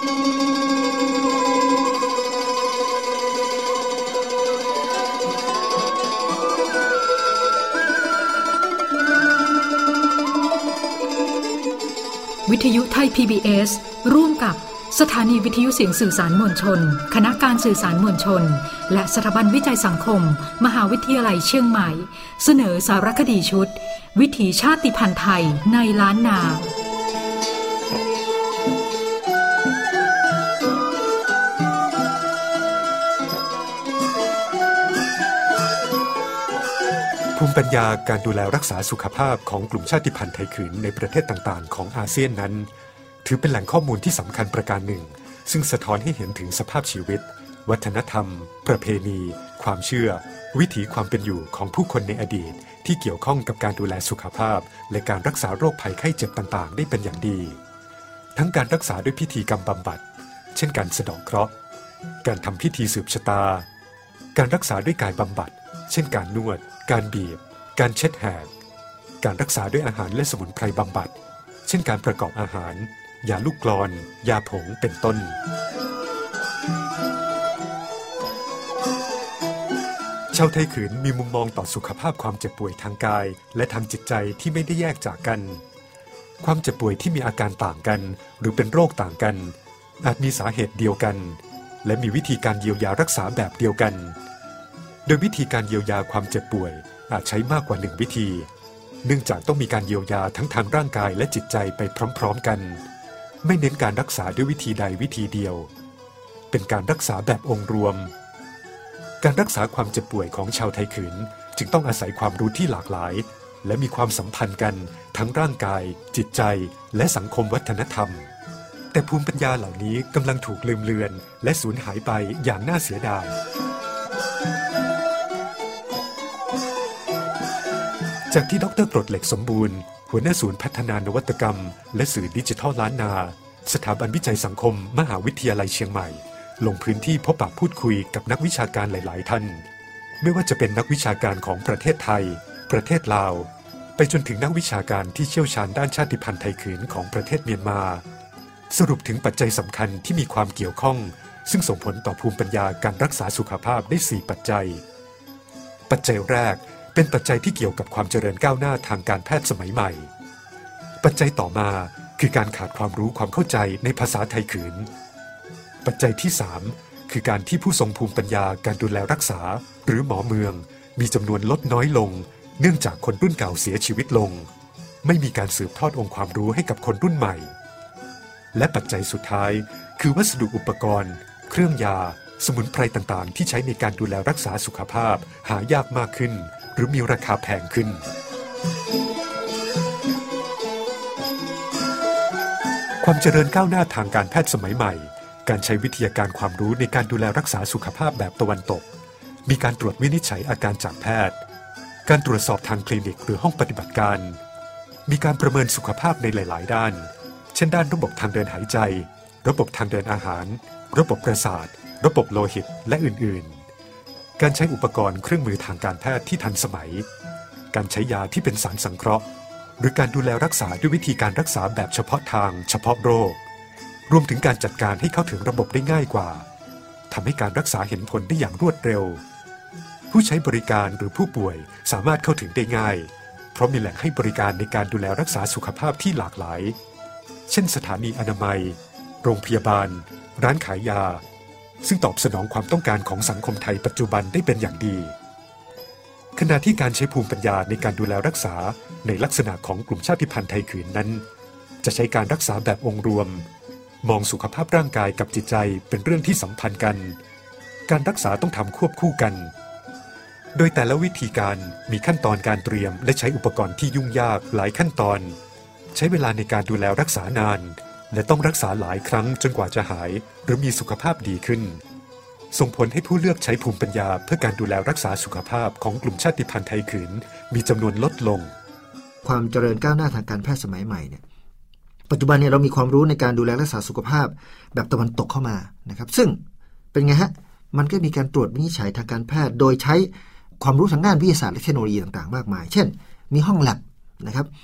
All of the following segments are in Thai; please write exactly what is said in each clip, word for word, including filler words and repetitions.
วิทยุไทย พี บี เอส ร่วมกับสถานีวิทยุเสียงสื่อสารมวลชนคณะการสื่อสารมวลชนและสถาบันวิจัยสังคมมหาวิทยาลัยเชียงใหม่เสนอสารคดีชุดวิถีชาติพันธุ์ไทยในล้านนาภูมิปัญญาการดูแลรักษาสุขภาพของกลุ่มชาติพันธุ์ไทยขืนในประเทศต่างๆของอาเซียนนั้นถือเป็นแหล่งข้อมูลที่สำคัญประการหนึ่งซึ่งสะท้อนให้เห็นถึงสภาพชีวิตวัฒนธรรมประเพณีความเชื่อวิถีความเป็นอยู่ของผู้คนในอดีตที่เกี่ยวข้องกับการดูแลสุขภาพและการรักษาโรคภัยไข้เจ็บต่างๆได้เป็นอย่างดีทั้งการรักษาด้วยพิธีกรรมบำบัดเช่นการสะเดาะเคราะห์การทำพิธีสืบชะตาการรักษาด้วยกายบำบัดเช่นการนวดการบีบการเช็ดแหกการรักษาด้วยอาหารและสมุนไพรบำบัดเช่นการประกอบอาหารยาลูกกลอนยาผงเป็นต้นชาวไทยขืนมีมุมมองต่อสุขภาพความเจ็บป่วยทางกายและทางจิตใจที่ไม่ได้แยกจากกันความเจ็บป่วยที่มีอาการต่างกันหรือเป็นโรคต่างกันอาจมีสาเหตุเดียวกันและมีวิธีการเยียวยารักษาแบบเดียวกันโดยวิธีการเยียวยาความเจ็บป่วยอาจใช้มากกว่าหนึ่งวิธีเนื่องจากต้องมีการเยียวยาทั้งทางร่างกายและจิตใจไปพร้อมๆกันไม่เน้นการรักษาด้วยวิธีใดวิธีเดียวเป็นการรักษาแบบองค์รวมการรักษาความเจ็บป่วยของชาวไทยขืนจึงต้องอาศัยความรู้ที่หลากหลายและมีความสัมพันธ์กันทั้งร่างกายจิตใจและสังคมวัฒนธรรมแต่ภูมิปัญญาเหล่านี้กำลังถูกลืมเลือนและสูญหายไปอย่างน่าเสียดายจากที่ดร.กรดเหล็กสมบูรณ์หัวหน้าศูนย์พัฒนานวัตกรรมและสื่อดิจิทัลล้านนาสถาบันวิจัยสังคมมหาวิทยาลัยเชียงใหม่ลงพื้นที่พบปะพูดคุยกับนักวิชาการหลายๆท่านไม่ว่าจะเป็นนักวิชาการของประเทศไทยประเทศลาวไปจนถึงนักวิชาการที่เชี่ยวชาญด้านชาติพันธุ์ไทยขืนของประเทศเมียนมาสรุปถึงปัจจัยสำคัญที่มีความเกี่ยวข้องซึ่งส่งผลต่อภูมิปัญญาการรักษาสุขภาพได้สี่ปัจจัยปัจจัยแรกเป็นปัจจัยที่เกี่ยวกับความเจริญก้าวหน้าทางการแพทย์สมัยใหม่ปัจจัยต่อมาคือการขาดความรู้ความเข้าใจในภาษาไทยขืนปัจจัยที่สามคือการที่ผู้ทรงภูมิปัญญาการดูแลรักษาหรือหมอเมืองมีจำนวนลดน้อยลงเนื่องจากคนรุ่นเก่าเสียชีวิตลงไม่มีการสืบทอดองค์ความรู้ให้กับคนรุ่นใหม่และปัจจัยสุดท้ายคือวัสดุอุปกรณ์เครื่องยาสมุนไพรต่างๆที่ใช้ในการดูแลรักษาสุขภาพหายากมากขึ้นหรือมีราคาแพงขึ้นความเจริญก้าวหน้าทางการแพทย์สมัยใหม่การใช้วิทยาการความรู้ในการดูแลรักษาสุขภาพแบบตะวันตกมีการตรวจวินิจฉัยอาการจากแพทย์การตรวจสอบทางคลินิกหรือห้องปฏิบัติการมีการประเมินสุขภาพในหลายๆด้านเช่นด้านระบบทางเดินหายใจระบบทางเดินอาหารระบบประสาทระบบโลหิตและอื่นๆการใช้อุปกรณ์เครื่องมือทางการแพทย์ที่ทันสมัยการใช้ยาที่เป็นสารสังเคราะห์หรือการดูแลรักษาด้วยวิธีการรักษาแบบเฉพาะทางเฉพาะโรครวมถึงการจัดการให้เข้าถึงระบบได้ง่ายกว่าทำให้การรักษาเห็นผลได้อย่างรวดเร็วผู้ใช้บริการหรือผู้ป่วยสามารถเข้าถึงได้ง่ายเพราะมีแหล่งให้บริการในการดูแลรักษาสุขภาพที่หลากหลายเช่นสถานีอนามัยโรงพยาบาลร้านขายยาซึ่งตอบสนองความต้องการของสังคมไทยปัจจุบันได้เป็นอย่างดีขณะที่การใช้ภูมิปัญญาในการดูแลรักษาในลักษณะของกลุ่มชาติพันธุ์ไทยขืนนั้นจะใช้การรักษาแบบองค์รวมมองสุขภาพร่างกายกับจิตใจเป็นเรื่องที่สัมพันธ์กันการรักษาต้องทำควบคู่กันโดยแต่ละวิธีการมีขั้นตอนการเตรียมและใช้อุปกรณ์ที่ยุ่งยากหลายขั้นตอนใช้เวลาในการดูแลรักษานานและต้องรักษาหลายครั้งจนกว่าจะหายหรือมีสุขภาพดีขึ้นส่งผลให้ผู้เลือกใช้ภูมิปัญญาเพื่อการดูแลรักษาสุขภาพของกลุ่มชาติพันธุ์ไทยขืนมีจำนวนลดลงความเจริญก้าวหน้าทางการแพทย์สมัยใหม่เนี่ยปัจจุบันเนี่ยเรามีความรู้ในการดูแลรักษาสุขภาพแบบตะวันตกเข้ามานะครับซึ่งเป็นไงฮะมันก็มีการตรวจวินิจฉัยทางการแพทย์โดยใช้ความรู้ทางด้านวิทยาศาสตร์และเทคโนโลยีต่างๆมากมายเช่นมีห้องแลบนะครับ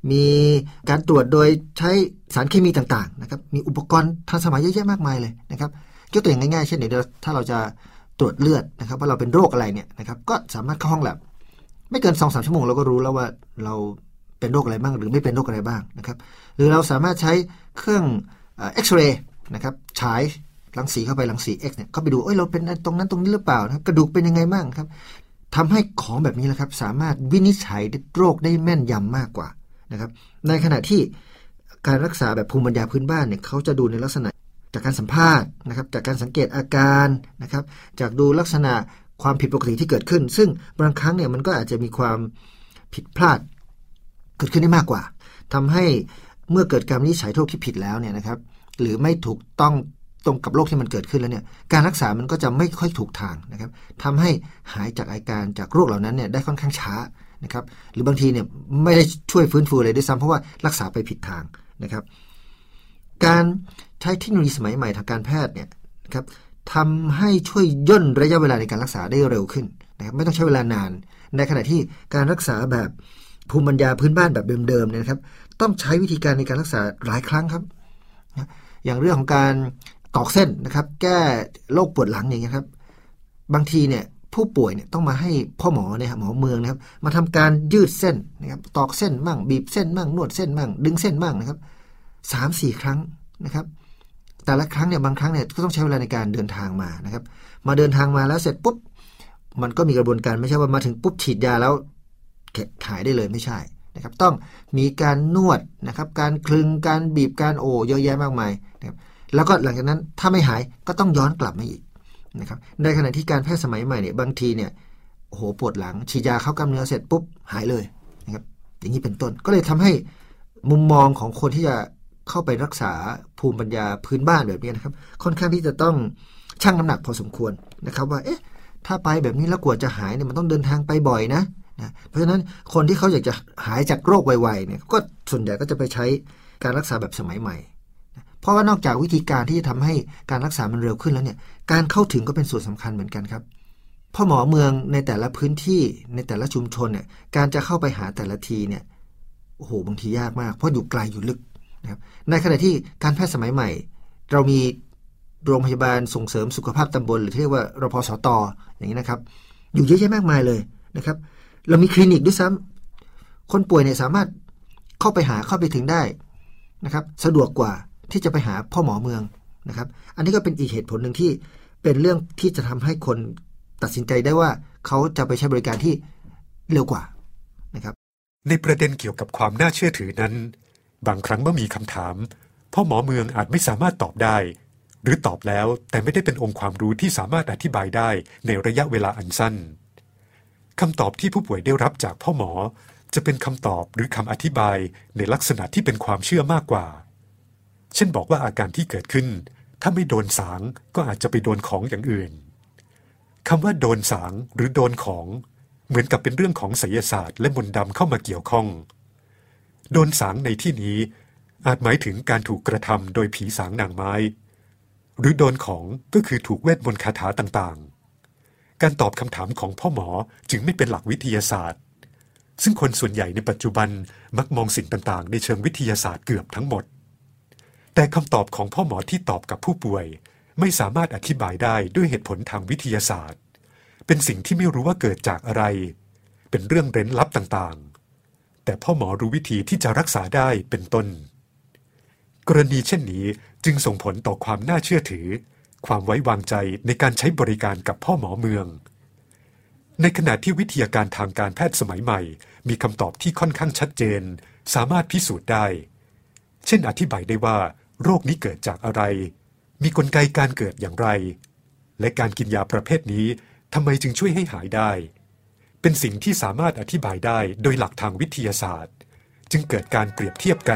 มีการตรวจโดยใช้สารเคมีต่างๆนะครับมีอุปกรณ์ทันสมัยเยอะแยะมากมายเลยนะครับยกตัวอย่างง่ายๆเช่นเดี๋ยวถ้าเราจะตรวจเลือดนะครับว่าเราเป็นโรคอะไรเนี่ยนะครับก็สามารถเข้าห้องแลบไม่เกิน สองถึงสาม ชั่วโมงเราก็รู้แล้วว่าเราเป็นโรคอะไรบ้างหรือไม่เป็นโรคอะไรบ้างนะครับหรือเราสามารถใช้เครื่องเอ็กซเรย์นะครับฉายรังสีเข้าไปรังสี X เนี่ยเข้าไปดูเอ้ยเราเป็นตรงนั้นตรงนี้หรือเปล่านะกระดูกเป็นยังไงบ้างครับทำให้ของแบบนี้แหละครับสามารถวินิจฉัยโรคได้แม่นยำมากกว่านะครับในขณะที่การรักษาแบบภูมิปัญญาพื้นบ้านเนี่ยเขาจะดูในลักษณะจากการสัมภาษณ์นะครับจากการสังเกตอาการนะครับจากดูลักษณะความผิดปกติที่เกิดขึ้นซึ่งบางครั้งเนี่ยมันก็อาจจะมีความผิดพลาดเกิดขึ้นได้มากกว่าทำให้เมื่อเกิดการวินิจฉัยโรคที่ผิดแล้วเนี่ยนะครับหรือไม่ถูกต้องตรงกับโรคที่มันเกิดขึ้นแล้วเนี่ยการรักษามันก็จะไม่ค่อยถูกทางนะครับทำให้หายจากอาการจากโรคเหล่านั้นเนี่ยได้ค่อนข้างช้านะครับหรือบางทีเนี่ยไม่ได้ช่วยฟื้นฟูเลยด้วยซ้ำเพราะว่ารักษาไปผิดทางนะครับการใช้เทคโนโลยีสมัยใหม่ทางการแพทย์เนี่ยนะครับทำให้ช่วยย่นระยะเวลาในการรักษาได้เร็วขึ้นนะครับไม่ต้องใช้เวลานานในขณะที่การรักษาแบบภูมิปัญญาพื้นบ้านแบบเดิมๆเนี่ยนะครับต้องใช้วิธีการในการรักษาหลายครั้งครับอย่างเรื่องของการตอกเส้นนะครับแก้โรคปวดหลังอย่างเงี้ยครับบางทีเนี่ยผู้ป่วยเนี่ยต้องมาให้พ่อหมอเนี่ยหมอเมืองนะครับมาทำการยืดเส้นนะครับตอกเส้นมั่งบีบเส้นมั่งนวดเส้นมั่งดึงเส้นมั่งนะครับ สามสี่ ครั้งนะครับแต่ละครั้งเนี่ยบางครั้งเนี่ยก็ต้องใช้เวลาในการเดินทางมานะครับมาเดินทางมาแล้วเสร็จปุ๊บมันก็มีกระบวนการไม่ใช่ว่ามาถึงปุ๊บฉีดยาแล้วหายได้เลยไม่ใช่นะครับต้องมีการนวดนะครับการคลึงการบีบการโอเยอะแยะมากมายนะครับแล้วก็หลังจากนั้นถ้าไม่หายก็ต้องย้อนกลับมาอีกนะครับในขณะที่การแพทย์สมัยใหม่เนี่ยบางทีเนี่ยโอ้โหปวดหลังฉีดยาเข้ากล้ามเนื้อเสร็จปุ๊บหายเลยนะครับอย่างนี้เป็นต้นก็เลยทำให้มุมมองของคนที่จะเข้าไปรักษาภูมิปัญญาพื้นบ้านแบบนี้นะครับค่อนข้างที่จะต้องชั่งน้ำหนักพอสมควรนะครับว่าเอ๊ะถ้าไปแบบนี้แล้วกว่าจะหายเนี่ยมันต้องเดินทางไปบ่อยนะนะเพราะฉะนั้นคนที่เขาอยากจะหายจากโรคไวๆเนี่ยก็ส่วนใหญ่ก็จะไปใช้การรักษาแบบสมัยใหม่เพราะว่านอกจากวิธีการที่จะทำให้การรักษามันเร็วขึ้นแล้วเนี่ยการเข้าถึงก็เป็นส่วนสำคัญเหมือนกันครับพ่อหมอเมืองในแต่ละพื้นที่ในแต่ละชุมชนเนี่ยการจะเข้าไปหาแต่ละทีเนี่ยโอ้โหบางทียากมากเพราะอยู่ไกลอยู่ลึกนะครับในขณะที่การแพทย์สมัยใหม่เรามีโรงพยาบาลส่งเสริมสุขภาพตำบลหรือที่เรียกว่ารพสตอย่างนี้นะครับอยู่เยอะแยะมากมายเลยนะครับเรามีคลินิกด้วยซ้ำคนป่วยเนี่ยสามารถเข้าไปหาเข้าไปถึงได้นะครับสะดวกกว่าที่จะไปหาพ่อหมอเมืองนะครับอันนี้ก็เป็นอีกเหตุผลหนึ่งที่เป็นเรื่องที่จะทำให้คนตัดสินใจได้ว่าเขาจะไปใช้บริการที่เร็วกว่านะครับในประเด็นเกี่ยวกับความน่าเชื่อถือนั้นบางครั้งเมื่อมีคำถามพ่อหมอเมืองอาจไม่สามารถตอบได้หรือตอบแล้วแต่ไม่ได้เป็นองค์ความรู้ที่สามารถอธิบายได้ในระยะเวลาอันสั้นคำตอบที่ผู้ป่วยได้รับจากพ่อหมอจะเป็นคำตอบหรือคำอธิบายในลักษณะที่เป็นความเชื่อมากกว่าเช่นบอกว่าอาการที่เกิดขึ้นถ้าไม่โดนสางก็อาจจะไปโดนของอย่างอื่นคำว่าโดนสางหรือโดนของเหมือนกับเป็นเรื่องของไสยศาสตร์และมนต์ดำเข้ามาเกี่ยวข้องโดนสางในที่นี้อาจหมายถึงการถูกกระทำโดยผีสางนางไม้หรือโดนของก็คือถูกเวทมนต์คาถาต่างๆการตอบคำถามของพ่อหมอจึงไม่เป็นหลักวิทยาศาสตร์ซึ่งคนส่วนใหญ่ในปัจจุบันมักมองสิ่งต่างๆในเชิงวิทยาศาสตร์เกือบทั้งหมดแต่คำตอบของพ่อหมอที่ตอบกับผู้ป่วยไม่สามารถอธิบายได้ด้วยเหตุผลทางวิทยาศาสตร์เป็นสิ่งที่ไม่รู้ว่าเกิดจากอะไรเป็นเรื่องเร้นลับต่างๆแต่พ่อหมอรู้วิธีที่จะรักษาได้เป็นต้นกรณีเช่นนี้จึงส่งผลต่อความน่าเชื่อถือความไว้วางใจในการใช้บริการกับพ่อหมอเมืองในขณะที่วิทยาการทางการแพทย์สมัยใหม่มีคำตอบที่ค่อนข้างชัดเจนสามารถพิสูจน์ได้เช่นอธิบายได้ว่าโรคนี้เกิดจากอะไรมีกลไกการเกิดอย่างไรและการกินยาประเภทนี้ทำไมจึงช่วยให้หายได้เป็นสิ่งที่สามารถอธิบายได้โดยหลักทางวิทยาศาสตร์จึงเกิดการเปรียบเทียบกัน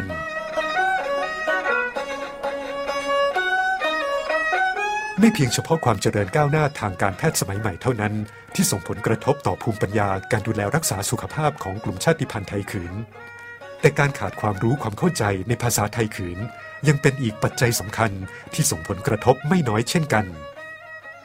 ไม่เพียงเฉพาะความเจริญก้าวหน้าทางการแพทย์สมัยใหม่เท่านั้นที่ส่งผลกระทบต่อภูมิปัญญาการดูแลรักษาสุขภาพของกลุ่มชาติพันธุ์ไทยขืนแต่การขาดความรู้ความเข้าใจในภาษาไทยขืนยังเป็นอีกปัจจัยสำคัญที่ส่งผลกระทบไม่น้อยเช่นกัน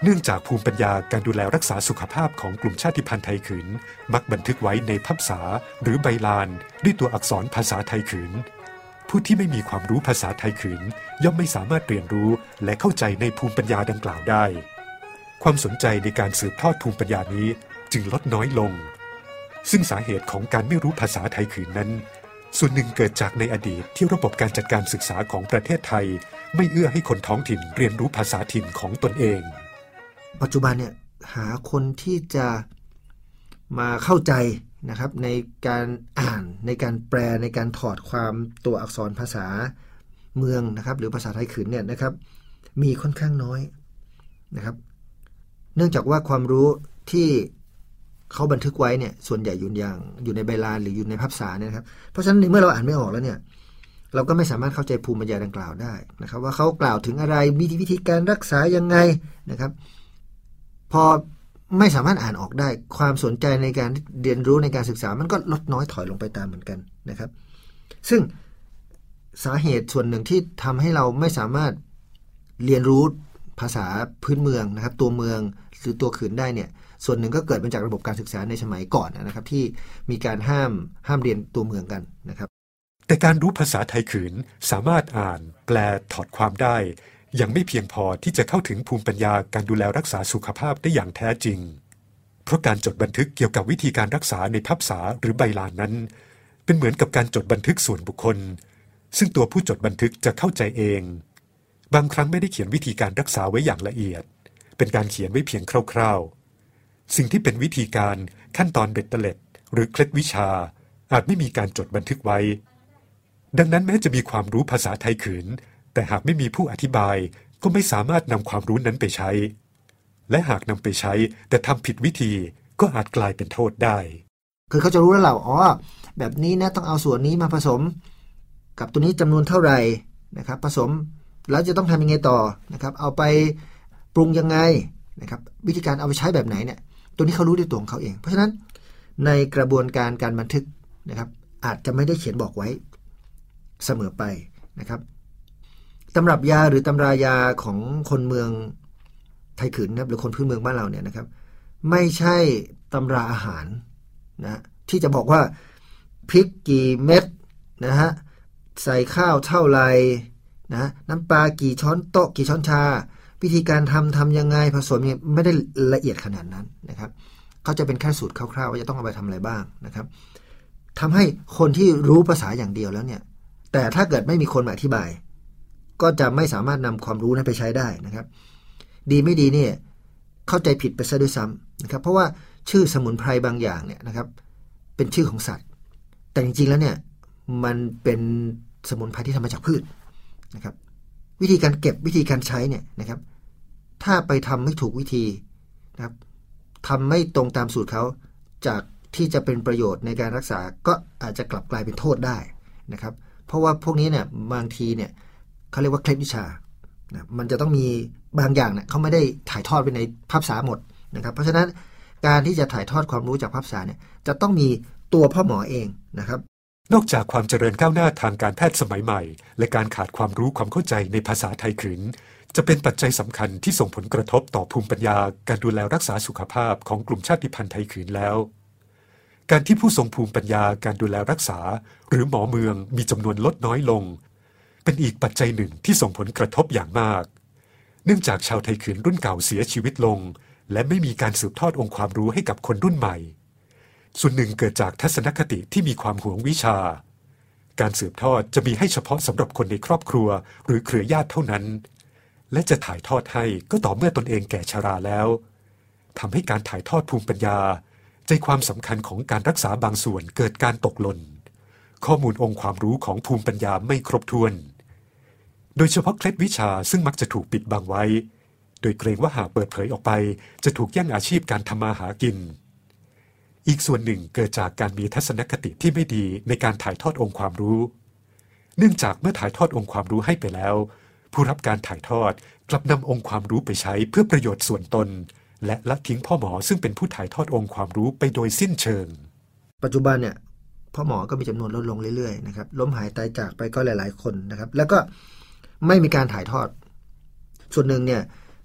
เนื่องจากภูมิปัญญาการดูแลรักษาสุขภาพของกลุ่มชาติพันธุ์ไทยขืนมักบันทึกไว้ในพับษาหรือใบลานด้วยตัวอักษรภาษาไทยขืนผู้ที่ไม่มีความรู้ภาษาไทยขืนย่อมไม่สามารถเรียนรู้และเข้าใจในภูมิปัญญาดังกล่าวได้ความสนใจในการสืบทอดภูมิปัญญานี้จึงลดน้อยลงซึ่งสาเหตุของการไม่รู้ภาษาไทยขืนนั้นส่วนหนึ่งเกิดจากในอดีตที่ระบบการจัดการศึกษาของประเทศไทยไม่เอื้อให้คนท้องถิ่นเรียนรู้ภาษาถิ่นของตนเองปัจจุบันเนี่ยหาคนที่จะมาเข้าใจนะครับในการอ่านในการแปลในการถอดความตัวอักษรภาษาเมืองนะครับหรือภาษาไทยขืนเนี่ยนะครับมีค่อนข้างน้อยนะครับเนื่องจากว่าความรู้ที่เขาบันทึกไว้เนี่ยส่วนใหญ่อยู่อย่างอยู่ในใบลานหรืออยู่ในพับษาเนี่ยครับเพราะฉะนั้นเมื่อเราอ่านไม่ออกแล้วเนี่ยเราก็ไม่สามารถเข้าใจภูมิปัญญาดังกล่าวได้นะครับว่าเขากล่าวถึงอะไรมีวิธีการรักษายังไงนะครับพอไม่สามารถอ่านออกได้ความสนใจในการเรียนรู้ในการศึกษามันก็ลดน้อยถอยลงไปตามเหมือนกันนะครับซึ่งสาเหตุส่วนหนึ่งที่ทำให้เราไม่สามารถเรียนรู้ภาษาพื้นเมืองนะครับตัวเมืองหรือตัวขืนได้เนี่ยส่วนหนึ่งก็เกิดมาจากระบบการศึกษาในสมัยก่อนนะครับที่มีการห้ามห้ามเรียนตัวเมืองกันนะครับแต่การรู้ภาษาไทยขืนสามารถอ่านแปลถอดความได้ยังไม่เพียงพอที่จะเข้าถึงภูมิปัญญาการดูแลรักษาสุขภาพได้อย่างแท้จริงเพราะการจดบันทึกเกี่ยวกับวิธีการรักษาในพับษาหรือใบลานนั้นเป็นเหมือนกับการจดบันทึกส่วนบุคคลซึ่งตัวผู้จดบันทึกจะเข้าใจเองบางครั้งไม่ได้เขียนวิธีการรักษาไว้อย่างละเอียดเป็นการเขียนไว้เพียงคร่าวๆสิ่งที่เป็นวิธีการขั้นตอนเบ็ดเตล็ดหรือเคล็ดวิชาอาจไม่มีการจดบันทึกไว้ดังนั้นแม้จะมีความรู้ภาษาไทยขืนแต่หากไม่มีผู้อธิบายก็ไม่สามารถนำความรู้นั้นไปใช้และหากนำไปใช้แต่ทำผิดวิธีก็อาจกลายเป็นโทษได้คือเขาจะรู้แล้วเหล่าอ๋อแบบนี้นะต้องเอาส่วนนี้มาผสมกับตัวนี้จำนวนเท่าไหร่นะครับผสมแล้วจะต้องทำยังไงต่อนะครับเอาไปปรุงยังไงนะครับวิธีการเอาไปใช้แบบไหนเนี่ยตัวนี้เขารู้ด้วยตัวของเขาเองเพราะฉะนั้นในกระบวนการการบันทึกนะครับอาจจะไม่ได้เขียนบอกไว้เสมอไปนะครับตำรับยาหรือตำรายาของคนเมืองไทยขืนนะครับหรือคนพื้นเมืองบ้านเราเนี่ยนะครับไม่ใช่ตำราอาหารนะที่จะบอกว่าพริกกี่เม็ดนะฮะใส่ข้าวเท่าไรนะน้ำปลากี่ช้อนโต๊ะกี่ช้อนชาวิธีการทำทำยังไงผสมเนี่ยไม่ได้ละเอียดขนาดนั้นนะครับเขาจะเป็นแค่สูตรคร่าวๆว่าจะต้องเอาไปทำอะไรบ้างนะครับทำให้คนที่รู้ภาษาอย่างเดียวแล้วเนี่ยแต่ถ้าเกิดไม่มีคนมาอธิบายก็จะไม่สามารถนำความรู้นั้นไปใช้ได้นะครับดีไม่ดีเนี่ยเข้าใจผิดไปซะด้วยซ้ำนะครับเพราะว่าชื่อสมุนไพรบางอย่างเนี่ยนะครับเป็นชื่อของสัตว์แต่จริงๆแล้วเนี่ยมันเป็นสมุนไพรที่ทำมาจากพืชนะครับวิธีการเก็บวิธีการใช้เนี่ยนะครับถ้าไปทำไม่ถูกวิธีนะครับทำไม่ตรงตามสูตรเขาจากที่จะเป็นประโยชน์ในการรักษาก็อาจจะกลับกลายเป็นโทษได้นะครับเพราะว่าพวกนี้เนี่ยบางทีเนี่ยเขาเรียกว่าเคล็ดวิชานะมันจะต้องมีบางอย่างเนี่ยเขาไม่ได้ถ่ายทอดไปในภาษาหมดนะครับเพราะฉะนั้นการที่จะถ่ายทอดความรู้จากภาษาเนี่ยจะต้องมีตัวพ่อหมอเองนะครับนอกจากความเจริญก้าวหน้าทางการแพทย์สมัยใหม่และการขาดความรู้ความเข้าใจในภาษาไทยขืนจะเป็นปัจจัยสำคัญที่ส่งผลกระทบต่อภูมิปัญญาการดูแลรักษาสุขภาพของกลุ่มชาติพันธุ์ไทยขืนแล้วการที่ผู้ทรงภูมิปัญญาการดูแลรักษาหรือหมอเมืองมีจำนวนลดน้อยลงเป็นอีกปัจจัยหนึ่งที่ส่งผลกระทบอย่างมากเนื่องจากชาวไทยขืนรุ่นเก่าเสียชีวิตลงและไม่มีการสืบทอดองค์ความรู้ให้กับคนรุ่นใหม่ส่วนหนึ่งเกิดจากทัศนคติที่มีความหวงวิชาการสืบทอดจะมีให้เฉพาะสำหรับคนในครอบครัวหรือเครือญาติเท่านั้นและจะถ่ายทอดให้ก็ต่อเมื่อตนเองแก่ชราแล้วทำให้การถ่ายทอดภูมิปัญญาใจความสำคัญของการรักษาบางส่วนเกิดการตกหล่นข้อมูลองค์ความรู้ของภูมิปัญญาไม่ครบถ้วนโดยเฉพาะเคล็ดวิชาซึ่งมักจะถูกปิดบังไว้โดยเกรงว่าหากเปิดเผยออกไปจะถูกแย่งอาชีพการทำมาหากินอีกส่วนหนึ่งเกิดจากการมีทัศนคติที่ไม่ดีในการถ่ายทอดองค์ความรู้เนื่องจากเมื่อถ่ายทอดองค์ความรู้ให้ไปแล้วผู้รับการถ่ายทอดกลับนำองค์ความรู้ไปใช้เพื่อประโยชน์ส่วนตนและละทิ้งพ่อหมอซึ่งเป็นผู้ถ่ายทอดองค์ความรู้ไปโดยสิ้นเชิงปัจจุบันเนี่ยพ่อหมอก็มีจำนวนลดลงเรื่อยๆนะครับล้มหายตายจากไปก็หลายๆคนนะครับแล้วก็ไม่มีการถ่ายทอดส่วนหนึ่งเนี่ย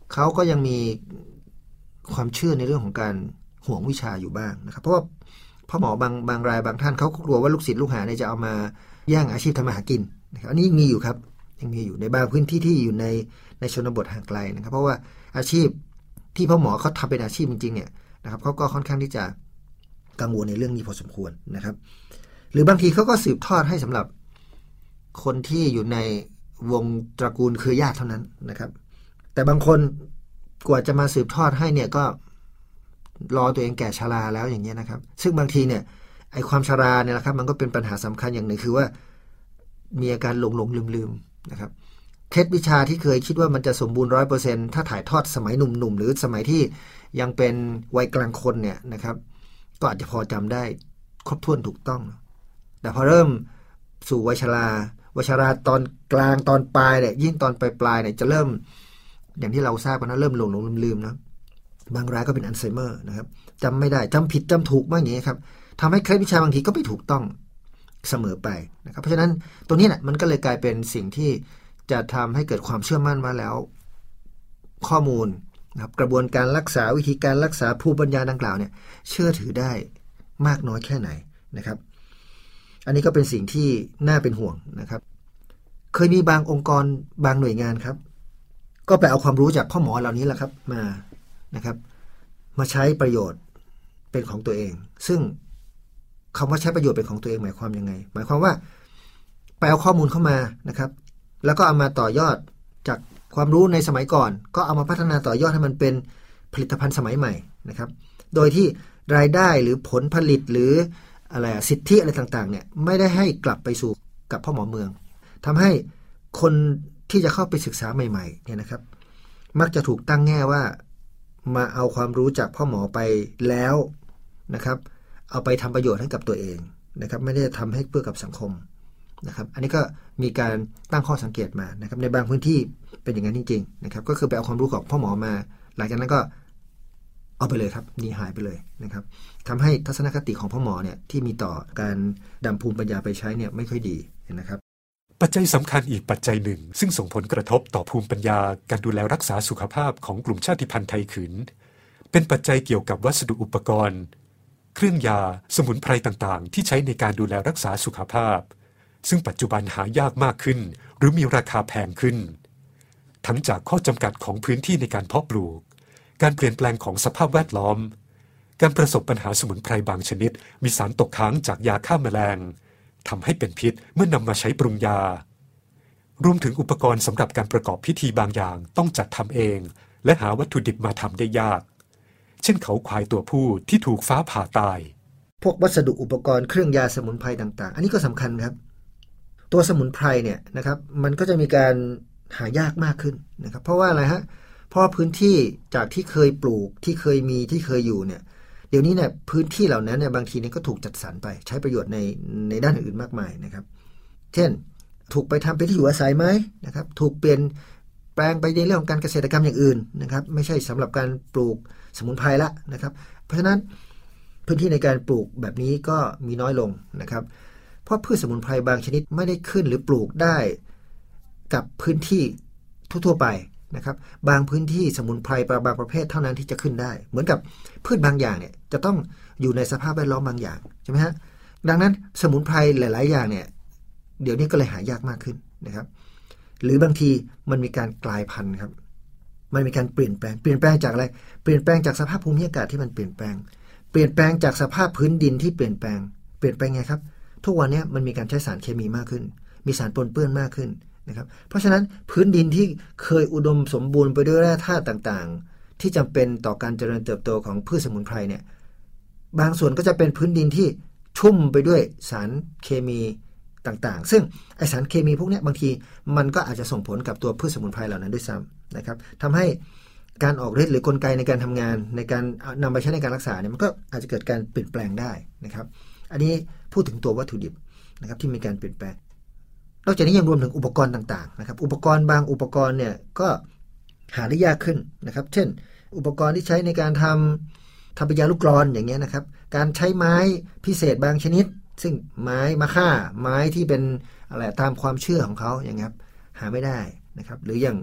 เขาก็ยังมีความเชื่อในเรื่องของการห่วงวิชาอยู่บ้างนะครับเพราะว่าพ่อหมอบางบางรายบางท่านเขากลัวว่าลูกศิษย์ลูกหาเนี่ยจะเอามาแย่งอาชีพทำมาหากินนะครับอันนี้ยังมีอยู่ครับยังมีอยู่ในบางพื้นที่ที่อยู่ในในชนบทห่างไกลนะครับเพราะว่าอาชีพที่พ่อหมอเขาทำเป็นอาชีพจริงๆเนี่ยนะครับเขาก็ค่อนข้างที่จะกังวลในเรื่องนี้พอสมควรนะครับหรือบางทีเขาก็สืบทอดให้สำหรับคนที่อยู่ในวงตระกูลเครือญาติเท่านั้นนะครับแต่บางคนกว่าจะมาสืบทอดให้เนี่ยก็รอตัวเองแก่ชราแล้วอย่างเงี้ยนะครับซึ่งบางทีเนี่ยไอ้ความชราเนี่ยนะครับมันก็เป็นปัญหาสำคัญอย่างหนึ่งคือว่ามีอาการหลงหลงลืมลืมนะครับเคล็ดวิชาที่เคยคิดว่ามันจะสมบูรณ์ร้อยเปอร์เซ็นต์ถ้าถ่ายทอดสมัยหนุ่มๆหรือสมัยที่ยังเป็นวัยกลางคนเนี่ยนะครับก็อาจจะพอจำได้ครบถ้วนถูกต้องแต่พอเริ่มสู่วัยชราวัยชราตอนกลางตอนปลายเนี่ยยิ่งตอนปลายปลายเนี่ยจะเริ่มอย่างที่เราทราบกันนะเริ่มหลงหลงลืมลืมนะบางรายก็เป็นอัลไซเมอร์นะครับจำไม่ได้จำผิดจำถูกบ้างอย่างนี้ครับทำให้เคล็ดวิชาบางทีก็ไม่ถูกต้องเสมอไปนะครับเพราะฉะนั้นตัวนี้เนี่ยมันก็เลยกลายเป็นสิ่งที่จะทำให้เกิดความเชื่อมั่นว่าแล้วข้อมูลนะครับกระบวนการรักษาวิธีการรักษาภูมิปัญญาดังกล่าวเนี่ยเชื่อถือได้มากน้อยแค่ไหนนะครับอันนี้ก็เป็นสิ่งที่น่าเป็นห่วงนะครับเคยมีบางองค์กรบางหน่วยงานครับก็ไปเอาความรู้จากพ่อหมอเหล่านี้แหละครับมานะครับมาใช้ประโยชน์เป็นของตัวเองซึ่งคำว่าใช้ประโยชน์เป็นของตัวเองหมายความยังไงหมายความว่าไปเอาข้อมูลเข้ามานะครับแล้วก็เอามาต่อยอดจากความรู้ในสมัยก่อนก็เอามาพัฒนาต่อยอดให้มันเป็นผลิตภัณฑ์สมัยใหม่นะครับโดยที่รายได้หรือผลผลิตหรืออะไรสิทธิอะไรต่างๆเนี่ยไม่ได้ให้กลับไปสู่กับพ่อหมอเมืองทำให้คนที่จะเข้าไปศึกษาใหม่ๆเนี่ยนะครับมักจะถูกตั้งแง่ว่ามาเอาความรู้จากพ่อหมอไปแล้วนะครับเอาไปทำประโยชน์ให้กับตัวเองนะครับไม่ได้ทำให้เพื่อกับสังคมนะครับอันนี้ก็มีการตั้งข้อสังเกตมานะครับในบางพื้นที่เป็นอย่างนั้นจริงๆนะครับก็คือไปเอาความรู้ของพ่อหมอมาหลังจากนั้นก็เอาไปเลยครับหนีหายไปเลยนะครับทำให้ทัศนคติของพ่อหมอเนี่ยที่มีต่อการนำภูมิปัญญาไปใช้เนี่ยไม่ค่อยดีนะครับปัจจัยสำคัญอีกปัจจัยหนึ่งซึ่งส่งผลกระทบต่อภูมิปัญญาการดูแลรักษาสุขภาพของกลุ่มชาติพันธุ์ไทยขืนเป็นปัจจัยเกี่ยวกับวัสดุอุปกรณ์เครื่องยาสมุนไพรต่างๆที่ใช้ในการดูแลรักษาสุขภาพซึ่งปัจจุบันหายากมากขึ้นหรือมีราคาแพงขึ้นทั้งจากข้อจำกัดของพื้นที่ในการเพาะปลูกการเปลี่ยนแปลงของสภาพแวดล้อมการประสบปัญหาสมุนไพรบางชนิดมีสารตกค้างจากยาฆ่าแมลงทำให้เป็นพิษเมื่อนำมาใช้ปรุงยารวมถึงอุปกรณ์สำหรับการประกอบพิธีบางอย่างต้องจัดทำเองและหาวัตถุดิบมาทำได้ยากเช่นเขาควายตัวผู้ที่ถูกฟ้าผ่าตายพวกวัสดุอุปกรณ์เครื่องยาสมุนไพรต่างๆอันนี้ก็สำคัญครับตัวสมุนไพรเนี่ยนะครับมันก็จะมีการหายากมากขึ้นนะครับเพราะว่าอะไรฮะเพราะพื้นที่จากที่เคยปลูกที่เคยมีที่เคยอยู่เนี่ยเดี๋ยวนี้เนี่ยพื้นที่เหล่านั้นเนี่ยบางทีเนี่ยก็ถูกจัดสรรไปใช้ประโยชน์ในในด้านอื่นๆมากมายนะครับเช่นถูกไปทำเป็นที่อยู่อาศัยไหมนะครับถูกเปลี่ยนแปลงไปในเรื่องของการเกษตรกรรมอย่างอื่นนะครับไม่ใช่สำหรับการปลูกสมุนไพรละนะครับเพราะฉะนั้นพื้นที่ในการปลูกแบบนี้ก็มีน้อยลงนะครับเพราะพืชสมุนไพรบางชนิดไม่ได้ขึ้นหรือปลูกได้กับพื้นที่ทั่วๆไปนะครับบางพื้นที่สมุนไพรบางประเภทเท่านั้นที่จะขึ้นได้เหมือนกับพืชบางอย่างเนี่ยจะต้องอยู่ในสภาพแวดล้อมบางอย่างใช่ไหมฮะดังนั้นสมุนไพรหลายๆอย่างเนี่ยเดี๋ยวนี้ก็เลยหายากมากขึ้นนะครับหรือบางทีมันมีการกลายพันธุ์ครับมันมีการเปลี่ยนแปลงเปลี่ยนแปลงจากอะไรเปลี่ยนแปลงจากสภาพภูมิอากาศที่มันเปลี่ยนแปลงเปลี่ยนแปลงจากสภาพพื้นดินที่เปลี่ยนแปลงเปลี่ยนแปลงไงครับทุกวันนี้มันมีการใช้สารเคมีมากขึ้นมีสารปนเปื้อนมากขึ้นนะครับเพราะฉะนั้นพื้นดินที่เคยอุดมสมบูรณ์ไปด้วยแร่ธาตุต่างๆที่จำเป็นต่อการเจริญเติบโตของพืชสมุนไพรเนี่ยบางส่วนก็จะเป็นพื้นดินที่ชุ่มไปด้วยสารเคมีต่างๆซึ่งไอสารเคมีพวกนี้บางทีมันก็อาจจะส่งผลกับตัวพืชสมุนไพรเหล่านั้นด้วยซ้ำนะครับทำให้การออกฤทธิ์หรือกลไกในการทำงานในการนำไปใช้ในการรักษาเนี่ยมันก็อาจจะเกิดการเปลี่ยนแปลงได้นะครับอันนี้พูดถึงตัววัตถุดิบนะครับที่มีการเปลี่ยนแปลงนอกจากนี้ยังรวมถึงอุปกรณ์ต่างๆนะครับอุปกรณ์บางอุปกรณ์เนี่ยก็หาได้ยากขึ้นนะครับเช่นอุปกรณ์ที่ใช้ในการทำทำปฏิกิริยาลูกกลอนอย่างเงี้ยนะครับการใช้ไม้พิเศษบางชนิดซึ่งไม้มะค่าไม้ที่เป็นอะไรตามความเชื่อของเขาอย่างเงี้ยหาไม่ได้นะครับหรืออย่าง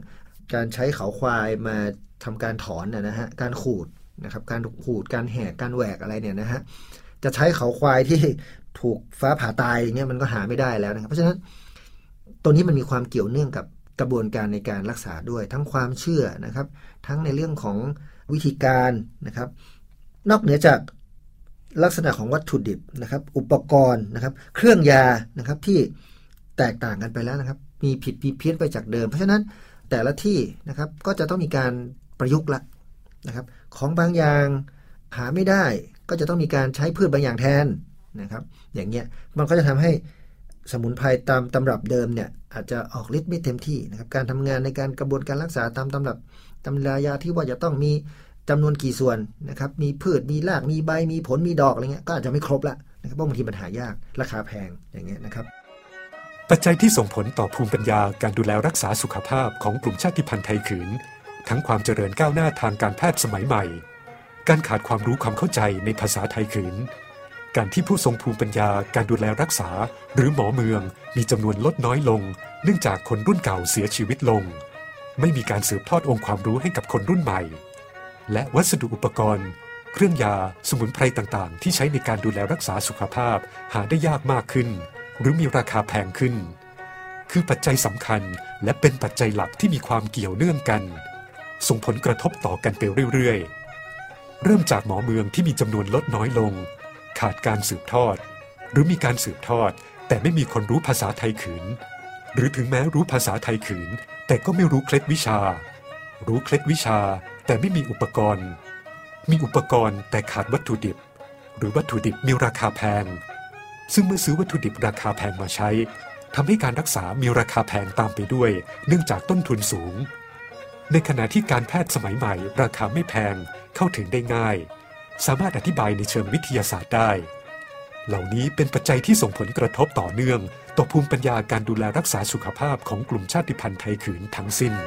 การใช้เขาควายมาทำการถอนนะฮะการขูดนะครับการขูดการแหกการแหวกอะไรเนี่ยนะฮะจะใช้เขาควายที่ถูกฟ้าผ่าตายอย่างเงี้ยมันก็หาไม่ได้แล้วนะครับเพราะฉะนั้นตัวนี้มันมีความเกี่ยวเนื่องกับกระบวนการในการรักษาด้วยทั้งความเชื่อนะครับทั้งในเรื่องของวิธีการนะครับนอกเหนือจากลักษณะของวัตถุดิบนะครับอุปกรณ์นะครับเครื่องยานะครับที่แตกต่างกันไปแล้วนะครับมีผิดมีเพี้ยนไปจากเดิมเพราะฉะนั้นแต่ละที่นะครับก็จะต้องมีการประยุกต์ละนะครับของบางอย่างหาไม่ได้ก็จะต้องมีการใช้พืชบางอย่างแทนนะครับอย่างเงี้ยมันก็จะทำให้สมุนไพรตามตำรับเดิมเนี่ยอาจจะออกฤทธิ์ไม่เต็มที่นะครับการทำงานในการกระบวนการรักษาตามตำรับตำรายาที่ว่าจะต้องมีจำนวนกี่ส่วนนะครับมีพืชมีรากมีใบมีผลมีดอกอะไรเงี้ยก็อาจจะไม่ครบละนะครับเพราะบางทีมันหายากราคาแพงอย่างเงี้ยนะครับปัจจัยที่ส่งผลต่อภูมิปัญญาการดูแลรักษาสุขภาพของกลุ่มชาติพันธุ์ไทยขืนทั้งความเจริญก้าวหน้าทางการแพทย์สมัยใหม่การขาดความรู้ความเข้าใจในภาษาไทยขืนการที่ผู้ทรงภูมิปัญญาการดูแลรักษาหรือหมอเมืองมีจำนวนลดน้อยลงเนื่องจากคนรุ่นเก่าเสียชีวิตลงไม่มีการสืบทอดองค์ความรู้ให้กับคนรุ่นใหม่และวัสดุอุปกรณ์เครื่องยาสมุนไพรต่างๆที่ใช้ในการดูแลรักษาสุขภาพหาได้ยากมากขึ้นหรือมีราคาแพงขึ้นคือปัจจัยสำคัญและเป็นปัจจัยหลักที่มีความเกี่ยวเนื่องกันส่งผลกระทบต่อกันไปเรื่อยๆเริ่มจากหมอเมืองที่มีจำนวนลดน้อยลงขาดการสืบทอดหรือมีการสืบทอดแต่ไม่มีคนรู้ภาษาไทยขืนหรือถึงแม้รู้ภาษาไทยขืนแต่ก็ไม่รู้เคล็ดวิชารู้เคล็ดวิชาแต่ไม่มีอุปกรณ์มีอุปกรณ์แต่ขาดวัตถุดิบหรือวัตถุดิบมีราคาแพงซึ่งเมื่อซื้อวัตถุดิบราคาแพงมาใช้ทำให้การรักษามีราคาแพงตามไปด้วยเนื่องจากต้นทุนสูงในขณะที่การแพทย์สมัยใหม่ราคาไม่แพงเข้าถึงได้ง่ายสามารถอธิบายในเชิงวิทยาศาสตร์ได้เหล่านี้เป็นปัจจัยที่ส่งผลกระทบต่อเนื่องต่อภูมิปัญญาการดูแลรักษาสุขภาพของกลุ่มชาติพันธุ์ไทยขืนทั้งสิ้น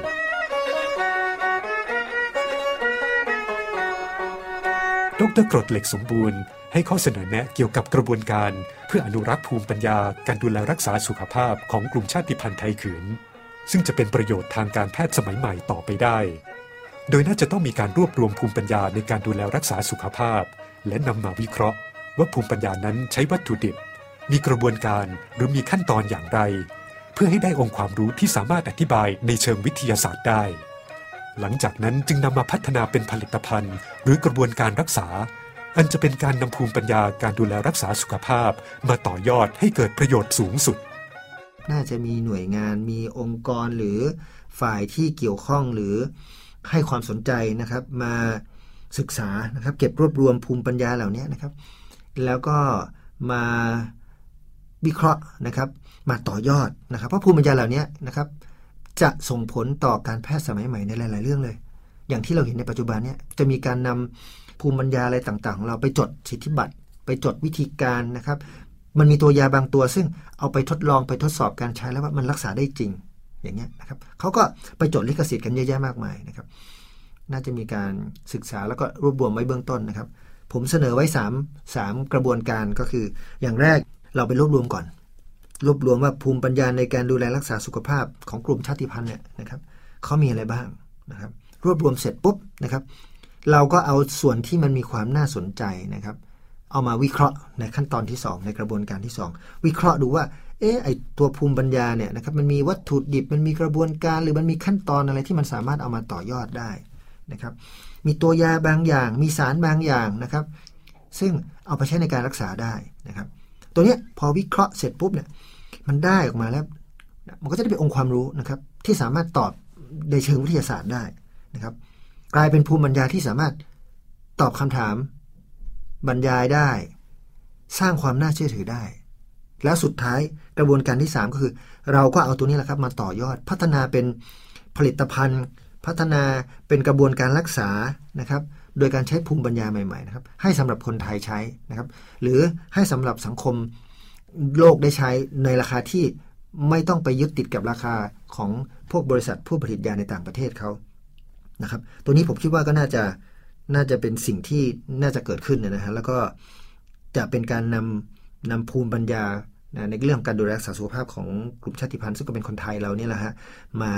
ดร.กรดเหล็กสมบูรณ์ให้ข้อเสนอแนะเกี่ยวกับกระบวนการเพื่ออนุรักษ์ภูมิปัญญาการดูแลรักษาสุขภาพของกลุ่มชาติพันธุ์ไทยขืนซึ่งจะเป็นประโยชน์ทางการแพทย์สมัยใหม่ต่อไปได้โดยน่าจะต้องมีการรวบรวมภูมิปัญญาในการดูแลรักษาสุขภาพและนำมาวิเคราะห์ว่าภูมิปัญญานั้นใช้วัตถุดิบมีกระบวนการหรือมีขั้นตอนอย่างไรเพื่อให้ได้องค์ความรู้ที่สามารถอธิบายในเชิงวิทยาศาสตร์ได้หลังจากนั้นจึงนำมาพัฒนาเป็นผลิตภัณฑ์หรือกระบวนการรักษาอันจะเป็นการนำภูมิปัญญาการดูแลรักษาสุขภาพมาต่อยอดให้เกิดประโยชน์สูงสุดน่าจะมีหน่วยงานมีองค์กรหรือฝ่ายที่เกี่ยวข้องหรือให้ความสนใจนะครับมาศึกษานะครับเก็บรวบรวมภูมิปัญญาเหล่านี้นะครับแล้วก็มาวิเคราะห์นะครับมาต่อยอดนะครับเพราะภูมิปัญญาเหล่านี้นะครับจะส่งผลต่อการแพทย์สมัยใหม่ในหลายๆเรื่องเลยอย่างที่เราเห็นในปัจจุบันนี้จะมีการนำภูมิปัญญาอะไรต่างๆของเราไปจดสิทธิบัตรไปจดวิธีการนะครับมันมีตัวยาบางตัวซึ่งเอาไปทดลองไปทดสอบการใช้แล้วว่ามันรักษาได้จริงอย่างเงี้ยนะครับเขาก็ไปจดลิขสิทธิ์กันเยอะแยะมากมายนะครับน่าจะมีการศึกษาแล้วก็รวบรวมไว้เบื้องต้นนะครับผมเสนอไว้สาม สามกระบวนการก็คืออย่างแรกเราไปรวบรวมก่อนรวบรวมว่าภูมิปัญญาในการดูแลรักษาสุขภาพของกลุ่มชาติพันธุ์เนี่ยนะครับเขามีอะไรบ้างนะครับรวบรวมเสร็จปุ๊บนะครับเราก็เอาส่วนที่มันมีความน่าสนใจนะครับเอามาวิเคราะห์ในขั้นตอนที่สองในกระบวนการที่สองวิเคราะห์ดูว่าเอ๊ะไอตัวภูมิปัญญาเนี่ยนะครับมันมีวัตถุดิบมันมีกระบวนการหรือมันมีขั้นตอนอะไรที่มันสามารถเอามาต่อยอดได้นะครับมีตัวยาบางอย่างมีสารบางอย่างนะครับซึ่งเอาไปใช้ในการรักษาได้นะครับตัวเนี้ยพอวิเคราะห์เสร็จปุ๊บเนี่ยมันได้ออกมาแล้วมันก็จะได้เป็นองค์ความรู้นะครับที่สามารถตอบในเชิงวิทยาศาสตร์ได้นะครับกลายเป็นภูมิปัญญาที่สามารถตอบคำถามบรรยายได้สร้างความน่าเชื่อถือได้แล้วสุดท้ายกระบวนการที่สามก็คือเราก็เอาตัวนี้แหละครับมาต่อยอดพัฒนาเป็นผลิตภัณฑ์พัฒนาเป็นกระบวนการรักษานะครับโดยการใช้ภูมิปัญญาใหม่ๆนะครับให้สำหรับคนไทยใช้นะครับหรือให้สำหรับสังคมโลกได้ใช้ในราคาที่ไม่ต้องไปยึดติดกับราคาของพวกบริษัทผู้ผลิตยาในต่างประเทศเขานะครับตัวนี้ผมคิดว่าก็น่าจะน่าจะเป็นสิ่งที่น่าจะเกิดขึ้นนะฮะแล้วก็จะเป็นการนำนำภูมิปัญญาในเรื่องการดูแลรักษาสุขภาพของกลุ่มชาติพันธุ์ซึ่งก็เป็นคนไทยเราเนี่ยแหละฮะมา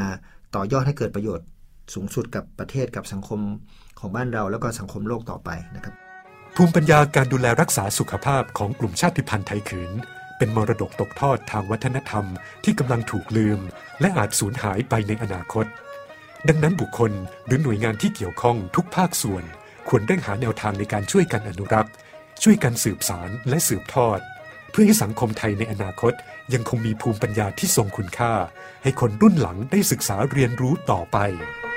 ต่อยอดให้เกิดประโยชน์สูงสุดกับประเทศกับสังคมของบ้านเราแล้วก็สังคมโลกต่อไปนะครับภูมิปัญญาการดูแลรักษาสุขภาพของกลุ่มชาติพันธุ์ไทยขืนเป็นมรดกตกทอดทางวัฒนธรรมที่กำลังถูกลืมและอาจสูญหายไปในอนาคตดังนั้นบุคคลหรือหน่วยงานที่เกี่ยวข้องทุกภาคส่วนควรเร่งหาแนวทางในการช่วยกันอนุรักษ์ช่วยกันสืบสานและสืบทอดเพื่อให้สังคมไทยในอนาคตยังคงมีภูมิปัญญาที่ทรงคุณค่าให้คนรุ่นหลังได้ศึกษาเรียนรู้ต่อไป